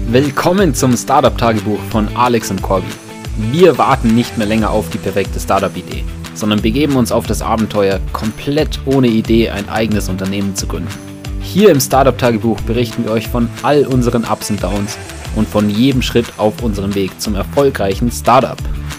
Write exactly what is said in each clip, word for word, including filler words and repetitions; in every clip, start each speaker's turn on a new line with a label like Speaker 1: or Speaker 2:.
Speaker 1: Willkommen zum Startup-Tagebuch von Alex und Corby. Wir warten nicht mehr länger auf die perfekte Startup-Idee, sondern begeben uns auf das Abenteuer, komplett ohne Idee ein eigenes Unternehmen zu gründen. Hier im Startup-Tagebuch berichten wir euch von all unseren Ups und Downs und von jedem Schritt auf unserem Weg zum erfolgreichen Startup.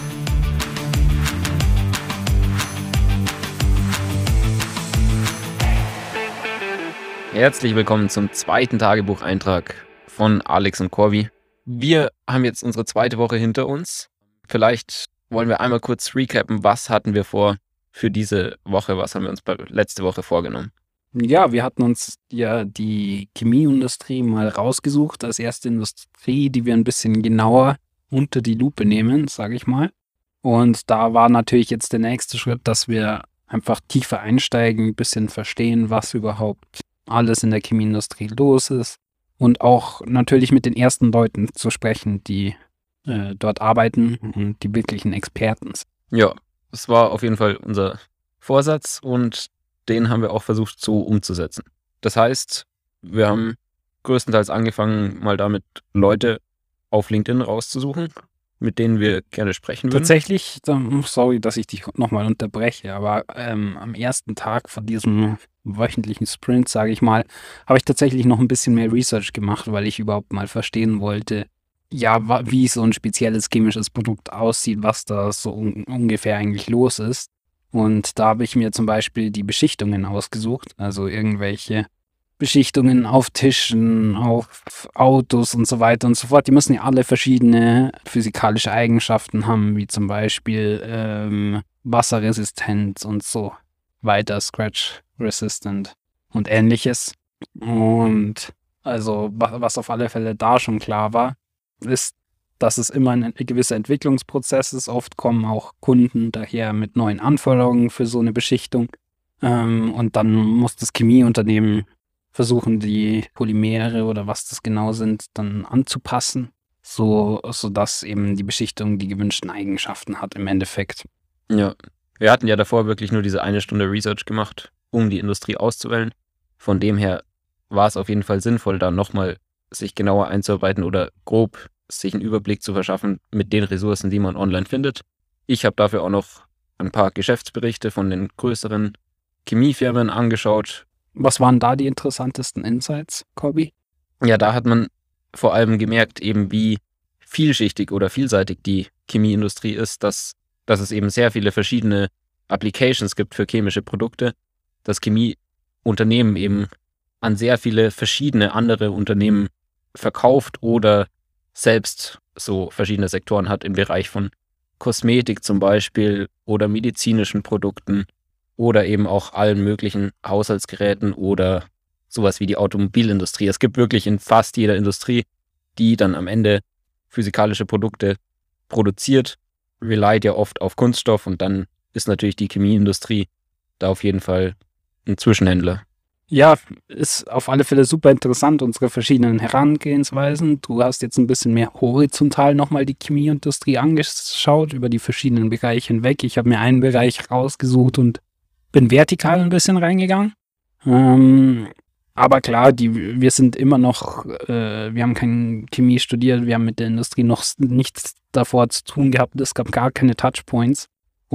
Speaker 1: Herzlich willkommen zum zweiten Tagebucheintrag von Alex und Corby. Wir haben jetzt unsere zweite Woche hinter uns. Vielleicht wollen wir einmal kurz recappen, was hatten wir vor für diese Woche, was haben wir uns letzte Woche vorgenommen.
Speaker 2: Ja, wir hatten uns ja die Chemieindustrie mal rausgesucht als erste Industrie, die wir ein bisschen genauer unter die Lupe nehmen, sage ich mal. Und da war natürlich jetzt der nächste Schritt, dass wir einfach tiefer einsteigen, ein bisschen verstehen, was überhaupt alles in der Chemieindustrie los ist. Und auch natürlich mit den ersten Leuten zu sprechen, die äh, dort arbeiten und die wirklichen Experten sind.
Speaker 1: Ja, das war auf jeden Fall unser Vorsatz und den haben wir auch versucht so umzusetzen. Das heißt, wir haben größtenteils angefangen, mal damit Leute auf LinkedIn rauszusuchen, mit denen wir gerne sprechen würden.
Speaker 2: Tatsächlich, sorry, dass ich dich nochmal unterbreche, aber ähm, am ersten Tag von diesem wöchentlichen Sprint, sage ich mal, habe ich tatsächlich noch ein bisschen mehr Research gemacht, weil ich überhaupt mal verstehen wollte, ja, wie so ein spezielles chemisches Produkt aussieht, was da so un- ungefähr eigentlich los ist. Und da habe ich mir zum Beispiel die Beschichtungen ausgesucht, also irgendwelche Beschichtungen auf Tischen, auf Autos und so weiter und so fort. Die müssen ja alle verschiedene physikalische Eigenschaften haben, wie zum Beispiel ähm, Wasserresistenz und so weiter, Scratch Resistant und ähnliches. Und also was auf alle Fälle da schon klar war, ist, dass es immer ein gewisser Entwicklungsprozess ist. Oft kommen auch Kunden daher mit neuen Anforderungen für so eine Beschichtung. Ähm, und dann muss das Chemieunternehmen versuchen, die Polymere oder was das genau sind, dann anzupassen, so sodass eben die Beschichtung die gewünschten Eigenschaften hat im Endeffekt.
Speaker 1: Ja, wir hatten ja davor wirklich nur diese eine Stunde Research gemacht, um die Industrie auszuwählen. Von dem her war es auf jeden Fall sinnvoll, da nochmal sich genauer einzuarbeiten oder grob sich einen Überblick zu verschaffen mit den Ressourcen, die man online findet. Ich habe dafür auch noch ein paar Geschäftsberichte von den größeren Chemiefirmen angeschaut.
Speaker 2: Was waren da die interessantesten Insights, Corby?
Speaker 1: Ja, da hat man vor allem gemerkt, eben wie vielschichtig oder vielseitig die Chemieindustrie ist, dass, dass es eben sehr viele verschiedene Applications gibt für chemische Produkte, dass Chemieunternehmen eben an sehr viele verschiedene andere Unternehmen verkauft oder selbst so verschiedene Sektoren hat im Bereich von Kosmetik zum Beispiel oder medizinischen Produkten oder eben auch allen möglichen Haushaltsgeräten oder sowas wie die Automobilindustrie. Es gibt wirklich in fast jeder Industrie, die dann am Ende physikalische Produkte produziert, relied ja oft auf Kunststoff und dann ist natürlich die Chemieindustrie da auf jeden Fall ein Zwischenhändler.
Speaker 2: Ja, ist auf alle Fälle super interessant, unsere verschiedenen Herangehensweisen. Du hast jetzt ein bisschen mehr horizontal nochmal die Chemieindustrie angeschaut, über die verschiedenen Bereiche hinweg. Ich habe mir einen Bereich rausgesucht und bin vertikal ein bisschen reingegangen. Ähm, aber klar, die, wir sind immer noch, äh, wir haben keine Chemie studiert, wir haben mit der Industrie noch nichts davor zu tun gehabt. Es gab gar keine Touchpoints.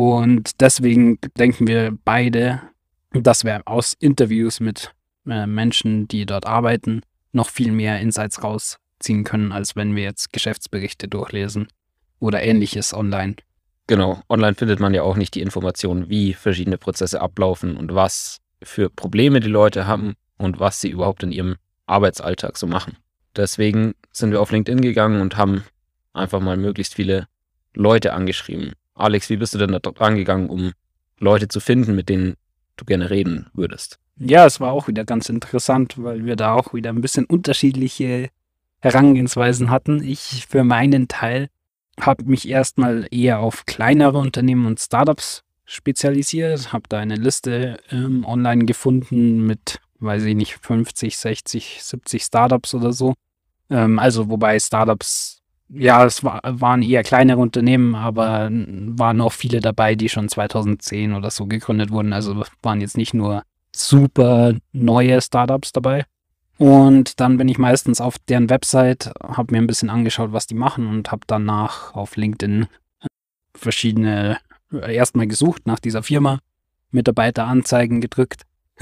Speaker 2: Und deswegen denken wir beide, dass wir aus Interviews mit äh, Menschen, die dort arbeiten, noch viel mehr Insights rausziehen können, als wenn wir jetzt Geschäftsberichte durchlesen oder ähnliches online.
Speaker 1: Genau, online findet man ja auch nicht die Informationen, wie verschiedene Prozesse ablaufen und was für Probleme die Leute haben und was sie überhaupt in ihrem Arbeitsalltag so machen. Deswegen sind wir auf LinkedIn gegangen und haben einfach mal möglichst viele Leute angeschrieben. Alex, wie bist du denn da angegangen, um Leute zu finden, mit denen du gerne reden würdest?
Speaker 2: Ja, es war auch wieder ganz interessant, weil wir da auch wieder ein bisschen unterschiedliche Herangehensweisen hatten. Ich für meinen Teil habe mich erstmal eher auf kleinere Unternehmen und Startups spezialisiert, habe da eine Liste ähm, online gefunden mit, weiß ich nicht, fünfzig, sechzig, siebzig Startups oder so. Ähm, also wobei Startups, ja, es war, waren eher kleinere Unternehmen, aber waren auch viele dabei, die schon zweitausendzehn oder so gegründet wurden. Also waren jetzt nicht nur super neue Startups dabei. Und dann bin ich meistens auf deren Website, habe mir ein bisschen angeschaut, was die machen und habe danach auf LinkedIn verschiedene, äh, erstmal gesucht nach dieser Firma, Mitarbeiteranzeigen gedrückt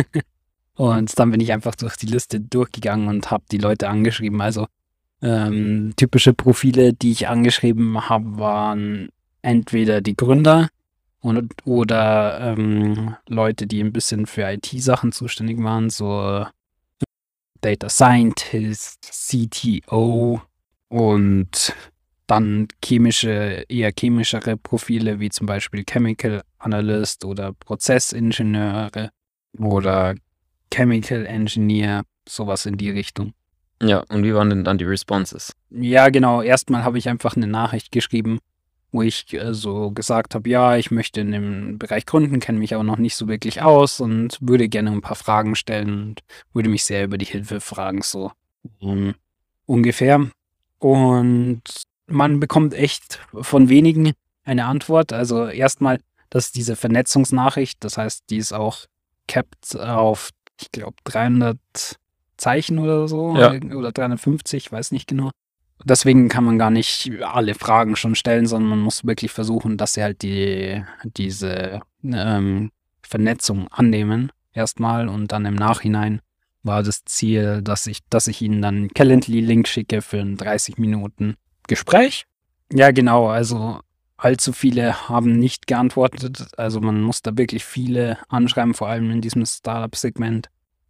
Speaker 2: und dann bin ich einfach durch die Liste durchgegangen und habe die Leute angeschrieben. Also ähm, typische Profile, die ich angeschrieben habe, waren entweder die Gründer und, oder ähm, Leute, die ein bisschen für I T-Sachen zuständig waren, so Data Scientist, C T O und dann chemische, eher chemischere Profile, wie zum Beispiel Chemical Analyst oder Prozessingenieure oder Chemical Engineer, sowas in die Richtung.
Speaker 1: Ja, und wie waren denn dann die Responses?
Speaker 2: Ja, genau. Erstmal habe ich einfach eine Nachricht geschrieben, wo ich äh, so gesagt habe, ja, ich möchte in dem Bereich gründen, kenne mich aber noch nicht so wirklich aus und würde gerne ein paar Fragen stellen und würde mich sehr über die Hilfe fragen, so um, ungefähr. Und man bekommt echt von wenigen eine Antwort. Also erstmal, das ist diese Vernetzungsnachricht, das heißt, die ist auch capped auf, ich glaube, dreihundert Zeichen oder so,
Speaker 1: Ja.
Speaker 2: oder dreihundertfünfzig, weiß nicht genau. Deswegen kann man gar nicht alle Fragen schon stellen, sondern man muss wirklich versuchen, dass sie halt die, diese ähm, Vernetzung annehmen erstmal und dann im Nachhinein war das Ziel, dass ich, dass ich ihnen dann einen Calendly-Link schicke für ein dreißig Minuten Gespräch. Ja, genau, also allzu viele haben nicht geantwortet, also man muss da wirklich viele anschreiben, vor allem in diesem Startup-Segment.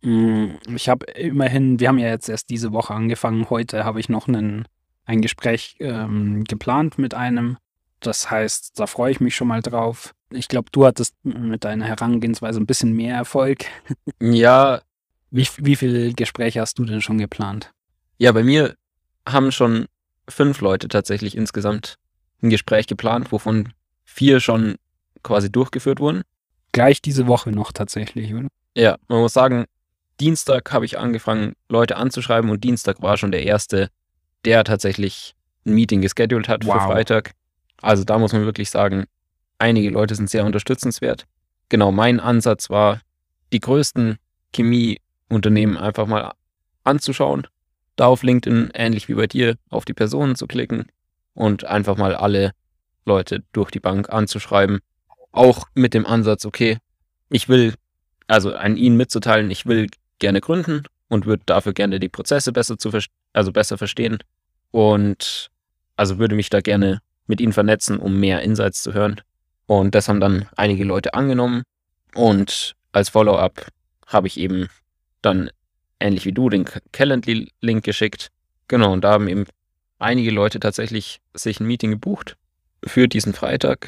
Speaker 2: Ich habe immerhin, wir haben ja jetzt erst diese Woche angefangen, heute habe ich noch einen, ein Gespräch ähm, geplant mit einem. Das heißt, da freue ich mich schon mal drauf. Ich glaube, du hattest mit deiner Herangehensweise ein bisschen mehr Erfolg.
Speaker 1: Ja,
Speaker 2: Wie, wie viele Gespräche hast du denn schon geplant?
Speaker 1: ja, bei mir haben schon fünf Leute tatsächlich insgesamt ein Gespräch geplant, wovon vier schon quasi durchgeführt wurden.
Speaker 2: Gleich diese Woche noch tatsächlich, oder?
Speaker 1: Ja, man muss sagen, Dienstag habe ich angefangen, Leute anzuschreiben und Dienstag war schon der erste, der tatsächlich ein Meeting gescheduled hat
Speaker 2: Wow.
Speaker 1: für Freitag. Also da muss man wirklich sagen, einige Leute sind sehr unterstützenswert. Genau, mein Ansatz war, die größten Chemieunternehmen einfach mal anzuschauen, da auf LinkedIn, ähnlich wie bei dir, auf die Personen zu klicken und einfach mal alle Leute durch die Bank anzuschreiben. Auch mit dem Ansatz, okay, ich will, also an ihnen mitzuteilen, ich will gerne gründen und würde dafür gerne die Prozesse besser zu ver- also besser verstehen und also würde mich da gerne mit ihnen vernetzen, um mehr Insights zu hören. Und das haben dann einige Leute angenommen und als Follow-up habe ich eben dann ähnlich wie du den Calendly-Link geschickt. Genau, und da haben eben einige Leute tatsächlich sich ein Meeting gebucht für diesen Freitag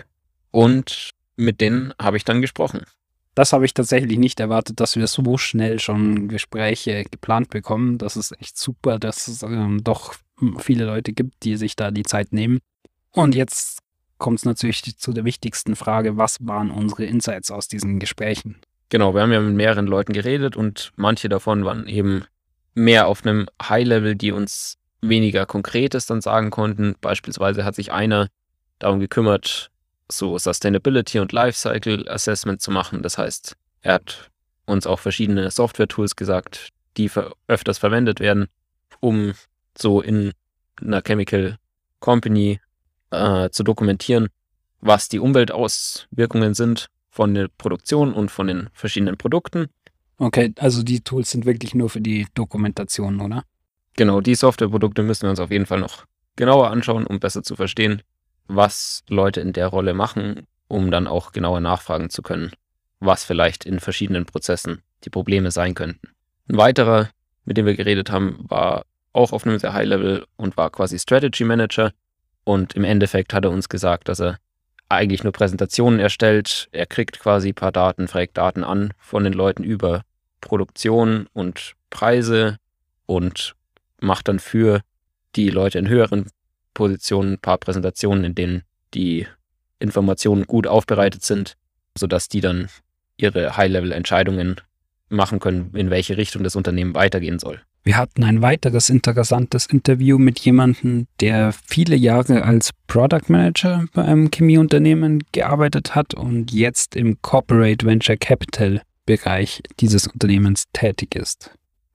Speaker 1: und mit denen habe ich dann gesprochen.
Speaker 2: Das habe ich tatsächlich nicht erwartet, dass wir so schnell schon Gespräche geplant bekommen. Das ist echt super, dass es ähm, doch viele Leute gibt, die sich da die Zeit nehmen. Und jetzt kommt es natürlich zu der wichtigsten Frage, was waren unsere Insights aus diesen Gesprächen?
Speaker 1: Genau, wir haben ja mit mehreren Leuten geredet und manche davon waren eben mehr auf einem High-Level, die uns weniger Konkretes dann sagen konnten. Beispielsweise hat sich einer darum gekümmert, so Sustainability und Lifecycle Assessment zu machen. Das heißt, er hat uns auch verschiedene Software-Tools gesagt, die ver- öfters verwendet werden, um so in einer Chemical Company äh, zu dokumentieren, was die Umweltauswirkungen sind von der Produktion und von den verschiedenen Produkten.
Speaker 2: Okay, also die Tools sind wirklich nur für die Dokumentation, oder?
Speaker 1: Genau, die Softwareprodukte müssen wir uns auf jeden Fall noch genauer anschauen, um besser zu verstehen, was Leute in der Rolle machen, um dann auch genauer nachfragen zu können, was vielleicht in verschiedenen Prozessen die Probleme sein könnten. Ein weiterer, mit dem wir geredet haben, war auch auf einem sehr High-Level und war quasi Strategy Manager. Und im Endeffekt hat er uns gesagt, dass er eigentlich nur Präsentationen erstellt. Er kriegt quasi ein paar Daten, fragt Daten an von den Leuten über Produktion und Preise und macht dann für die Leute in höheren Positionen ein paar Präsentationen, in denen die Informationen gut aufbereitet sind, sodass die dann ihre High-Level-Entscheidungen machen können, in welche Richtung das Unternehmen weitergehen soll.
Speaker 2: Wir hatten ein weiteres interessantes Interview mit jemandem, der viele Jahre als Product Manager bei einem Chemieunternehmen gearbeitet hat und jetzt im Corporate Venture Capital Bereich dieses Unternehmens tätig ist.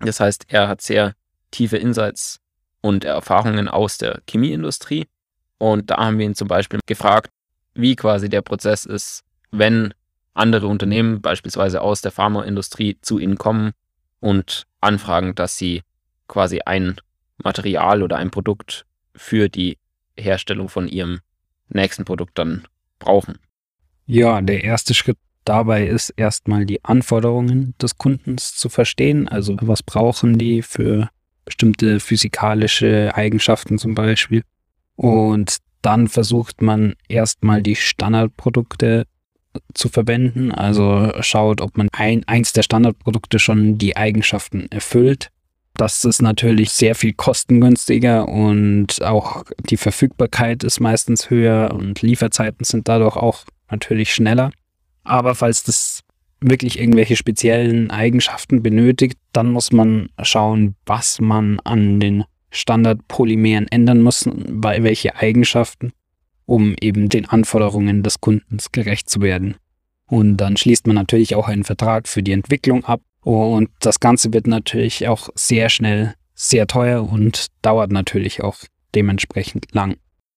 Speaker 1: Das heißt, er hat sehr tiefe Insights und Erfahrungen aus der Chemieindustrie. Und da haben wir ihn zum Beispiel gefragt, wie quasi der Prozess ist, wenn andere Unternehmen, beispielsweise aus der Pharmaindustrie, zu ihnen kommen und anfragen, dass sie quasi ein Material oder ein Produkt für die Herstellung von ihrem nächsten Produkt dann brauchen.
Speaker 2: Ja, der erste Schritt dabei ist erstmal die Anforderungen des Kundens zu verstehen. Also was brauchen die für bestimmte physikalische Eigenschaften zum Beispiel. Und dann versucht man erstmal die Standardprodukte zu verwenden. Also schaut, ob man ein, eins der Standardprodukte schon die Eigenschaften erfüllt. Das ist natürlich sehr viel kostengünstiger und auch die Verfügbarkeit ist meistens höher und Lieferzeiten sind dadurch auch natürlich schneller. Aber falls das wirklich irgendwelche speziellen Eigenschaften benötigt, dann muss man schauen, was man an den Standardpolymeren ändern muss, bei welche Eigenschaften, um eben den Anforderungen des Kundens gerecht zu werden. Und dann schließt man natürlich auch einen Vertrag für die Entwicklung ab. Und das Ganze wird natürlich auch sehr schnell sehr teuer und dauert natürlich auch dementsprechend lang.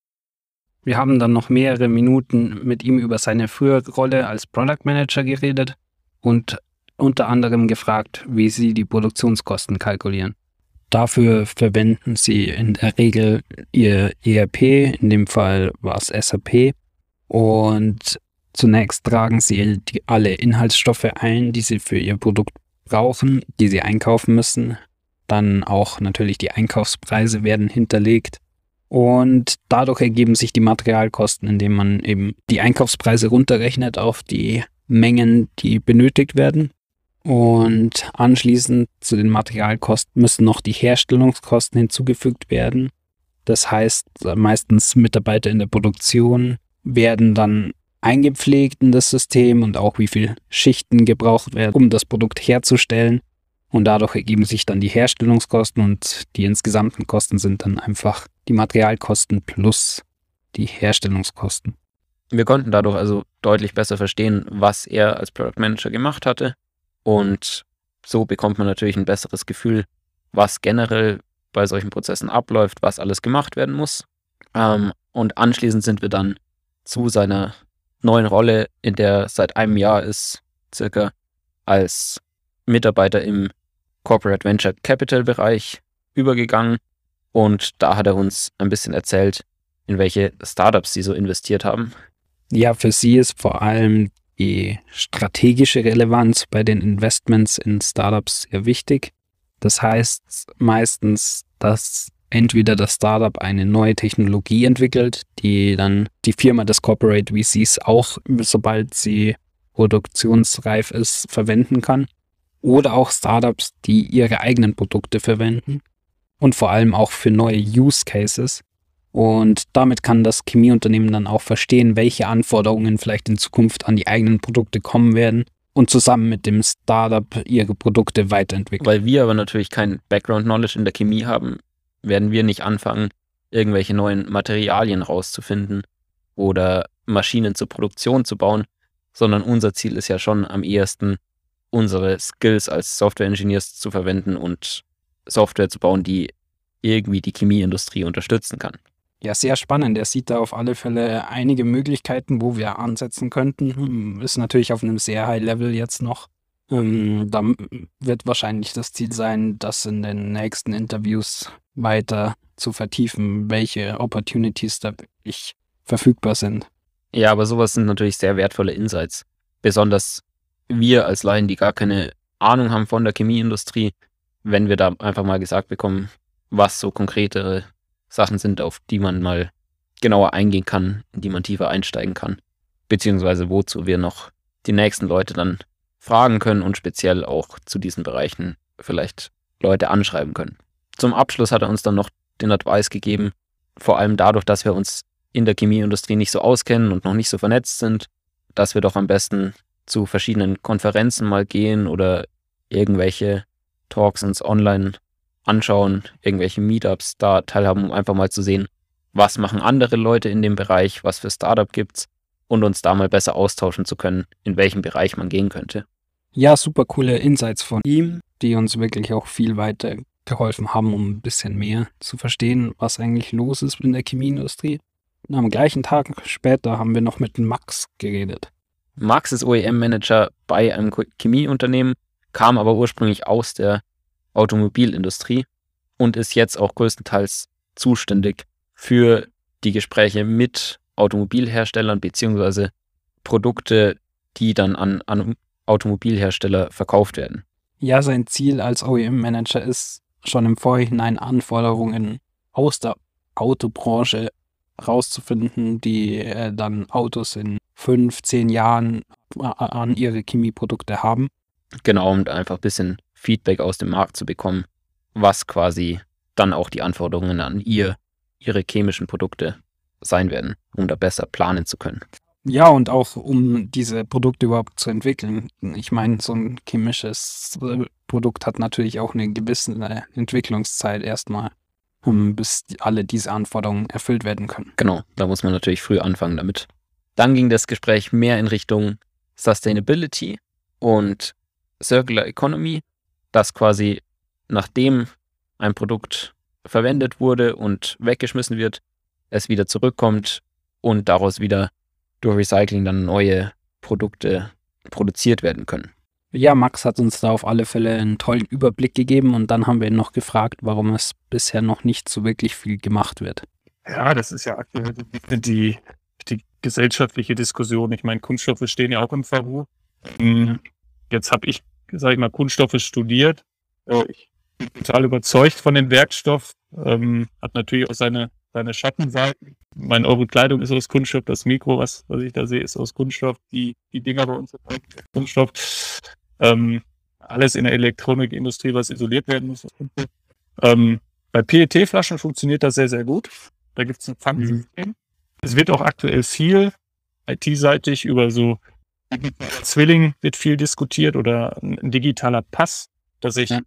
Speaker 2: Wir haben dann noch mehrere Minuten mit ihm über seine frühere Rolle als Product Manager geredet und unter anderem gefragt, wie sie die Produktionskosten kalkulieren. Dafür verwenden sie in der Regel ihr E R P, in dem Fall war es S A P, und zunächst tragen sie die, alle Inhaltsstoffe ein, die sie für ihr Produkt brauchen, die sie einkaufen müssen. Dann auch natürlich die Einkaufspreise werden hinterlegt. Und dadurch ergeben sich die Materialkosten, indem man eben die Einkaufspreise runterrechnet auf die Mengen, die benötigt werden. Und anschließend zu den Materialkosten müssen noch die Herstellungskosten hinzugefügt werden. Das heißt, meistens Mitarbeiter in der Produktion werden dann eingepflegt in das System und auch wie viele Schichten gebraucht werden, um das Produkt herzustellen. Und dadurch ergeben sich dann die Herstellungskosten und die insgesamten Kosten sind dann einfach die Materialkosten plus die Herstellungskosten.
Speaker 1: Wir konnten dadurch also deutlich besser verstehen, was er als Product Manager gemacht hatte. Und so bekommt man natürlich ein besseres Gefühl, was generell bei solchen Prozessen abläuft, was alles gemacht werden muss. Ähm, und anschließend sind wir dann zu seiner neuen Rolle, in der er seit einem Jahr ist, circa als Mitarbeiter im Corporate Venture Capital Bereich übergegangen. Und da hat er uns ein bisschen erzählt, in welche Startups sie so investiert haben.
Speaker 2: Ja, für sie ist vor allem die strategische Relevanz bei den Investments in Startups sehr wichtig. Das heißt meistens, dass entweder das Startup eine neue Technologie entwickelt, die dann die Firma des Corporate V Cs auch, sobald sie produktionsreif ist, verwenden kann. Oder auch Startups, die ihre eigenen Produkte verwenden und vor allem auch für neue Use Cases. Und damit kann das Chemieunternehmen dann auch verstehen, welche Anforderungen vielleicht in Zukunft an die eigenen Produkte kommen werden und zusammen mit dem Startup ihre Produkte weiterentwickeln.
Speaker 1: Weil wir aber natürlich kein Background-Knowledge in der Chemie haben, werden wir nicht anfangen, irgendwelche neuen Materialien rauszufinden oder Maschinen zur Produktion zu bauen, sondern unser Ziel ist ja schon am ehesten, unsere Skills als Software-Engineers zu verwenden und Software zu bauen, die irgendwie die Chemieindustrie unterstützen kann.
Speaker 2: Ja, sehr spannend. Er sieht da auf alle Fälle einige Möglichkeiten, wo wir ansetzen könnten. Ist natürlich auf einem sehr High Level jetzt noch. Ähm, da wird wahrscheinlich das Ziel sein, das in den nächsten Interviews weiter zu vertiefen, welche Opportunities da wirklich verfügbar sind.
Speaker 1: Ja, aber sowas sind natürlich sehr wertvolle Insights. Besonders wir als Laien, die gar keine Ahnung haben von der Chemieindustrie, wenn wir da einfach mal gesagt bekommen, was so konkretere Sachen sind, auf die man mal genauer eingehen kann, in die man tiefer einsteigen kann, beziehungsweise wozu wir noch die nächsten Leute dann fragen können und speziell auch zu diesen Bereichen vielleicht Leute anschreiben können. Zum Abschluss hat er uns dann noch den Advice gegeben, vor allem dadurch, dass wir uns in der Chemieindustrie nicht so auskennen und noch nicht so vernetzt sind, dass wir doch am besten zu verschiedenen Konferenzen mal gehen oder irgendwelche Talks uns online anschauen, irgendwelche Meetups da teilhaben, um einfach mal zu sehen, was machen andere Leute in dem Bereich, was für Startup gibt's und uns da mal besser austauschen zu können, in welchem Bereich man gehen könnte.
Speaker 2: Ja, super coole Insights von ihm, die uns wirklich auch viel weiter geholfen haben, um ein bisschen mehr zu verstehen, was eigentlich los ist in der Chemieindustrie. Und am gleichen Tag später haben wir noch mit Max geredet.
Speaker 1: Max ist O E M-Manager bei einem Chemieunternehmen, kam aber ursprünglich aus der Automobilindustrie und ist jetzt auch größtenteils zuständig für die Gespräche mit Automobilherstellern beziehungsweise Produkte, die dann an, an Automobilhersteller verkauft werden.
Speaker 2: Ja, sein Ziel als O E M-Manager ist, schon im Vorhinein Anforderungen aus der Autobranche rauszufinden, die äh, dann Autos in fünf, zehn Jahren an ihre Chemieprodukte haben.
Speaker 1: Genau, um einfach ein bisschen Feedback aus dem Markt zu bekommen, was quasi dann auch die Anforderungen an ihr, ihre chemischen Produkte sein werden, um da besser planen zu können.
Speaker 2: Ja, und auch um diese Produkte überhaupt zu entwickeln. Ich meine, so ein chemisches Produkt hat natürlich auch eine gewisse Entwicklungszeit erstmal, bis alle diese Anforderungen erfüllt werden können.
Speaker 1: Genau, da muss man natürlich früh anfangen damit. Dann ging das Gespräch mehr in Richtung Sustainability und Circular Economy, dass quasi nachdem ein Produkt verwendet wurde und weggeschmissen wird, es wieder zurückkommt und daraus wieder durch Recycling dann neue Produkte produziert werden können.
Speaker 2: Ja, Max hat uns da auf alle Fälle einen tollen Überblick gegeben und dann haben wir ihn noch gefragt, warum es bisher noch nicht so wirklich viel gemacht wird.
Speaker 3: Ja, das ist ja aktuell die, die gesellschaftliche Diskussion. Ich meine, Kunststoffe stehen ja auch im Verruf. Jetzt habe ich, sage ich mal, Kunststoffe studiert. Ich bin total überzeugt von dem Werkstoff. Ähm, hat natürlich auch seine, seine Schattenseiten. Meine eure Kleidung ist aus Kunststoff, das Mikro, was, was ich da sehe, ist aus Kunststoff. Die, die Dinger bei uns sind aus Kunststoff. Ähm, alles in der Elektronikindustrie, was isoliert werden muss. Ähm, bei P E T-Flaschen funktioniert das sehr, sehr gut. Da gibt es ein Pfandsystem. Mhm. Es wird auch aktuell viel I T-seitig über so Zwilling wird viel diskutiert oder ein digitaler Pass, dass ich ja.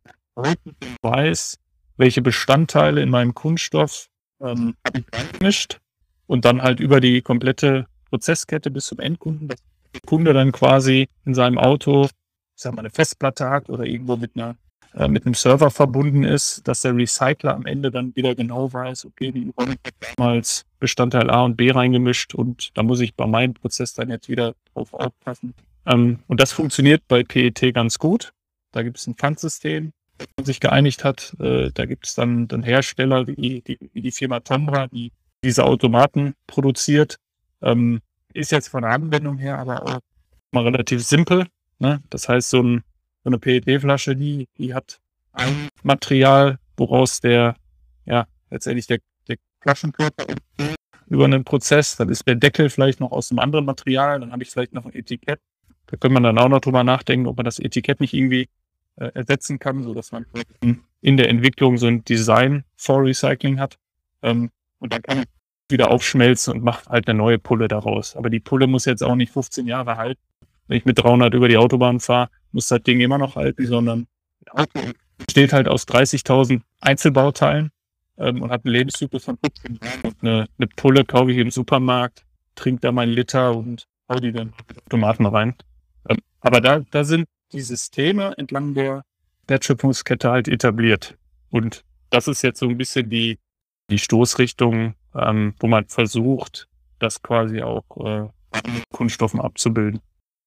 Speaker 3: weiß, welche Bestandteile in meinem Kunststoff ähm, habe ich reingemischt und dann halt über die komplette Prozesskette bis zum Endkunden, dass der Kunde dann quasi in seinem Auto, ich sag mal, eine Festplatte hat oder irgendwo mit einer äh, mit einem Server verbunden ist, dass der Recycler am Ende dann wieder genau weiß, okay, die habe ich damals Bestandteil A und B reingemischt und da muss ich bei meinem Prozess dann jetzt wieder drauf aufpassen. Ähm, und das funktioniert bei P E T ganz gut. Da gibt es ein Pfandsystem, das man sich geeinigt hat. Äh, da gibt es dann, dann Hersteller wie die, wie die Firma Tombra, die diese Automaten produziert. Ähm, ist jetzt von der Anwendung her aber auch mal relativ simpel. Ne? Das heißt, so, ein, so eine P E T-Flasche, die, die hat ein Material, woraus der, ja, letztendlich der, der Flaschenkörper über einen Prozess, dann ist der Deckel vielleicht noch aus einem anderen Material, dann habe ich vielleicht noch ein Etikett. Da könnte man dann auch noch drüber nachdenken, ob man das Etikett nicht irgendwie äh, ersetzen kann, sodass man in der Entwicklung so ein Design for Recycling hat. Ähm, und dann kann man wieder aufschmelzen und macht halt eine neue Pulle daraus. Aber die Pulle muss jetzt auch nicht fünfzehn Jahre halten. Wenn ich mit dreihundert über die Autobahn fahre, muss das Ding immer noch halten, sondern das Auto besteht halt aus dreißigtausend Einzelbauteilen ähm, und hat einen Lebenszyklus von fünfzehn Jahren. Und eine, eine Pulle kaufe ich im Supermarkt, trinke da meinen Liter und hau die dann in die Automaten rein. Ähm, aber da, da sind die Systeme entlang der Wertschöpfungskette halt etabliert. Und das ist jetzt so ein bisschen die, die Stoßrichtung, ähm, wo man versucht, das quasi auch äh, Kunststoffen abzubilden.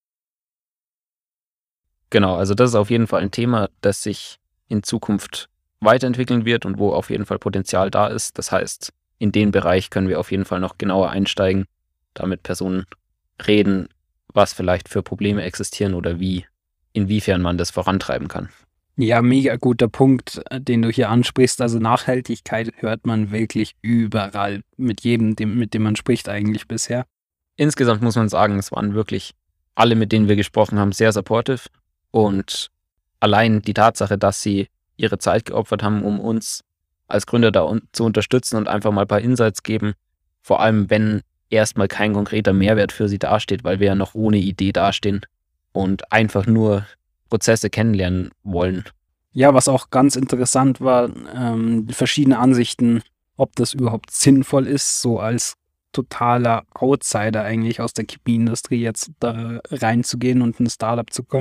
Speaker 1: Genau, also das ist auf jeden Fall ein Thema, das sich in Zukunft weiterentwickeln wird und wo auf jeden Fall Potenzial da ist. Das heißt, in den Bereich können wir auf jeden Fall noch genauer einsteigen, da mit Personen reden, was vielleicht für Probleme existieren oder wie, inwiefern man das vorantreiben kann.
Speaker 2: Ja, mega guter Punkt, den du hier ansprichst. Also Nachhaltigkeit hört man wirklich überall, mit jedem, dem, mit dem man spricht eigentlich bisher.
Speaker 1: Insgesamt muss man sagen, es waren wirklich alle, mit denen wir gesprochen haben, sehr supportive. Und allein die Tatsache, dass sie ihre Zeit geopfert haben, um uns als Gründer da un- zu unterstützen und einfach mal ein paar Insights geben, vor allem wenn erstmal kein konkreter Mehrwert für sie dasteht, weil wir ja noch ohne Idee dastehen und einfach nur Prozesse kennenlernen wollen.
Speaker 2: Ja, was auch ganz interessant war, ähm, verschiedene Ansichten, ob das überhaupt sinnvoll ist, so als totaler Outsider eigentlich aus der Chemieindustrie jetzt da reinzugehen und ein Startup zu gründen.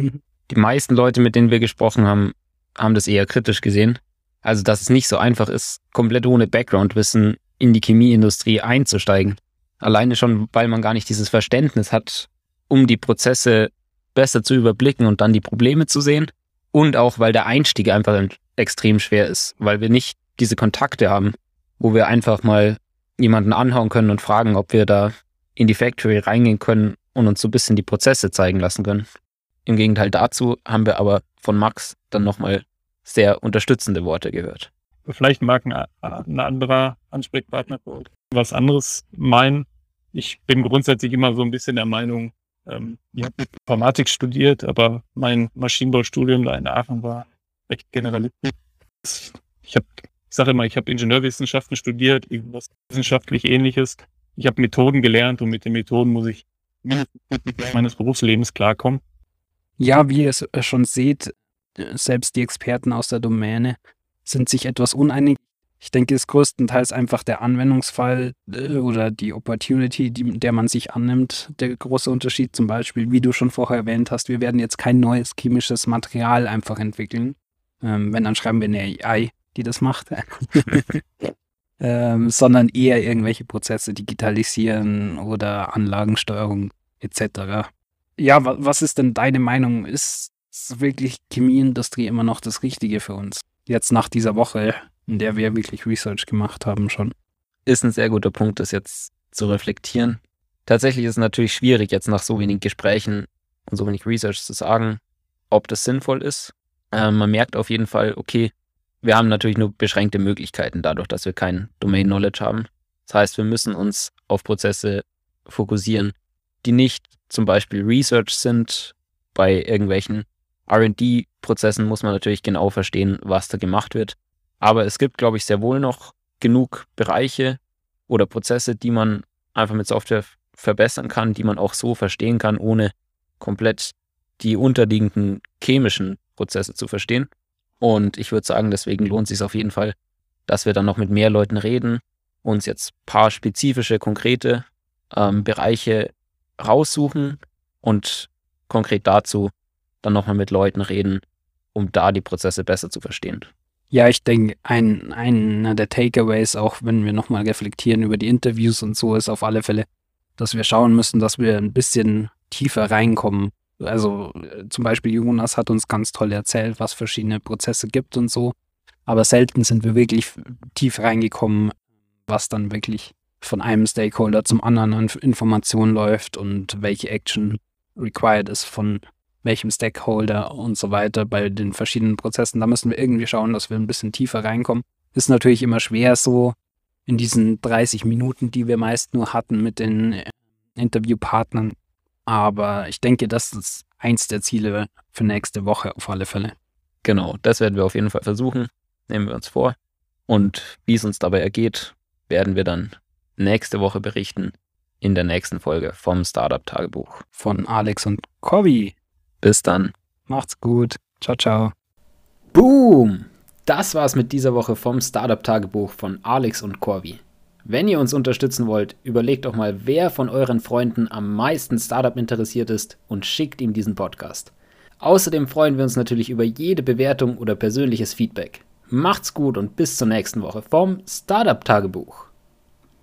Speaker 1: die meisten Leute, mit denen wir gesprochen haben, haben das eher kritisch gesehen. Also, dass es nicht so einfach ist, komplett ohne Background-Wissen in die Chemieindustrie einzusteigen. Alleine schon, weil man gar nicht dieses Verständnis hat, um die Prozesse besser zu überblicken und dann die Probleme zu sehen. Und auch, weil der Einstieg einfach extrem schwer ist, weil wir nicht diese Kontakte haben, wo wir einfach mal jemanden anhauen können und fragen, ob wir da in die Factory reingehen können und uns so ein bisschen die Prozesse zeigen lassen können. Im Gegenteil dazu haben wir aber von Max dann nochmal sehr unterstützende Worte gehört.
Speaker 3: Vielleicht mag ein, ein anderer Ansprechpartner was anderes meinen. Ich bin grundsätzlich immer so ein bisschen der Meinung, ähm, ich habe Informatik studiert, aber mein Maschinenbaustudium da in Aachen war recht generalistisch. Ich habe, ich sage immer, ich habe Ingenieurwissenschaften studiert, irgendwas wissenschaftlich Ähnliches. Ich habe Methoden gelernt und mit den Methoden muss ich mindestens meines Berufslebens klarkommen.
Speaker 2: Ja, wie ihr es schon seht, selbst die Experten aus der Domäne sind sich etwas uneinig. Ich denke, es ist größtenteils einfach der Anwendungsfall äh, oder die Opportunity, die, der man sich annimmt, der große Unterschied. Zum Beispiel, wie du schon vorher erwähnt hast, wir werden jetzt kein neues chemisches Material einfach entwickeln. Ähm, wenn, dann schreiben wir eine A I, die das macht. ähm, sondern eher irgendwelche Prozesse digitalisieren oder Anlagensteuerung et cetera. Ja, wa- was ist denn deine Meinung? Ist wirklich Chemieindustrie immer noch das Richtige für uns? Jetzt nach dieser Woche, in der wir wirklich Research gemacht haben schon.
Speaker 1: Ist ein sehr guter Punkt, das jetzt zu reflektieren. Tatsächlich ist es natürlich schwierig, jetzt nach so wenigen Gesprächen und so wenig Research zu sagen, ob das sinnvoll ist. Ähm, man merkt auf jeden Fall, okay, wir haben natürlich nur beschränkte Möglichkeiten dadurch, dass wir kein Domain-Knowledge haben. Das heißt, wir müssen uns auf Prozesse fokussieren, die nicht zum Beispiel Research sind. Bei irgendwelchen R und D-Prozessen muss man natürlich genau verstehen, was da gemacht wird. Aber es gibt, glaube ich, sehr wohl noch genug Bereiche oder Prozesse, die man einfach mit Software verbessern kann, die man auch so verstehen kann, ohne komplett die unterliegenden chemischen Prozesse zu verstehen. Und ich würde sagen, deswegen lohnt es sich auf jeden Fall, dass wir dann noch mit mehr Leuten reden, uns jetzt ein paar spezifische, konkrete ähm, Bereiche raussuchen und konkret dazu dann nochmal mit Leuten reden, um da die Prozesse besser zu verstehen.
Speaker 2: Ja, ich denke, ein, einer der Takeaways, auch wenn wir nochmal reflektieren über die Interviews und so, ist auf alle Fälle, dass wir schauen müssen, dass wir ein bisschen tiefer reinkommen. Also äh, zum Beispiel Jonas hat uns ganz toll erzählt, was verschiedene Prozesse gibt und so, aber selten sind wir wirklich f- tief reingekommen, was dann wirklich von einem Stakeholder zum anderen an Informationen läuft und welche Action required ist von welchem Stakeholder und so weiter bei den verschiedenen Prozessen. Da müssen wir irgendwie schauen, dass wir ein bisschen tiefer reinkommen. Ist natürlich immer schwer so in diesen dreißig Minuten, die wir meist nur hatten mit den äh, Interviewpartnern. Aber ich denke, das ist eins der Ziele für nächste Woche auf alle Fälle.
Speaker 1: Genau, das werden wir auf jeden Fall versuchen, nehmen wir uns vor. Und wie es uns dabei ergeht, werden wir dann nächste Woche berichten in der nächsten Folge vom Startup-Tagebuch.
Speaker 2: Von Alex und Corby.
Speaker 1: Bis dann.
Speaker 2: Macht's gut. Ciao, ciao.
Speaker 1: Boom! Das war's mit dieser Woche vom Startup-Tagebuch von Alex und Corby. Wenn ihr uns unterstützen wollt, überlegt doch mal, wer von euren Freunden am meisten Startup interessiert ist und schickt ihm diesen Podcast. Außerdem freuen wir uns natürlich über jede Bewertung oder persönliches Feedback. Macht's gut und bis zur nächsten Woche vom Startup-Tagebuch.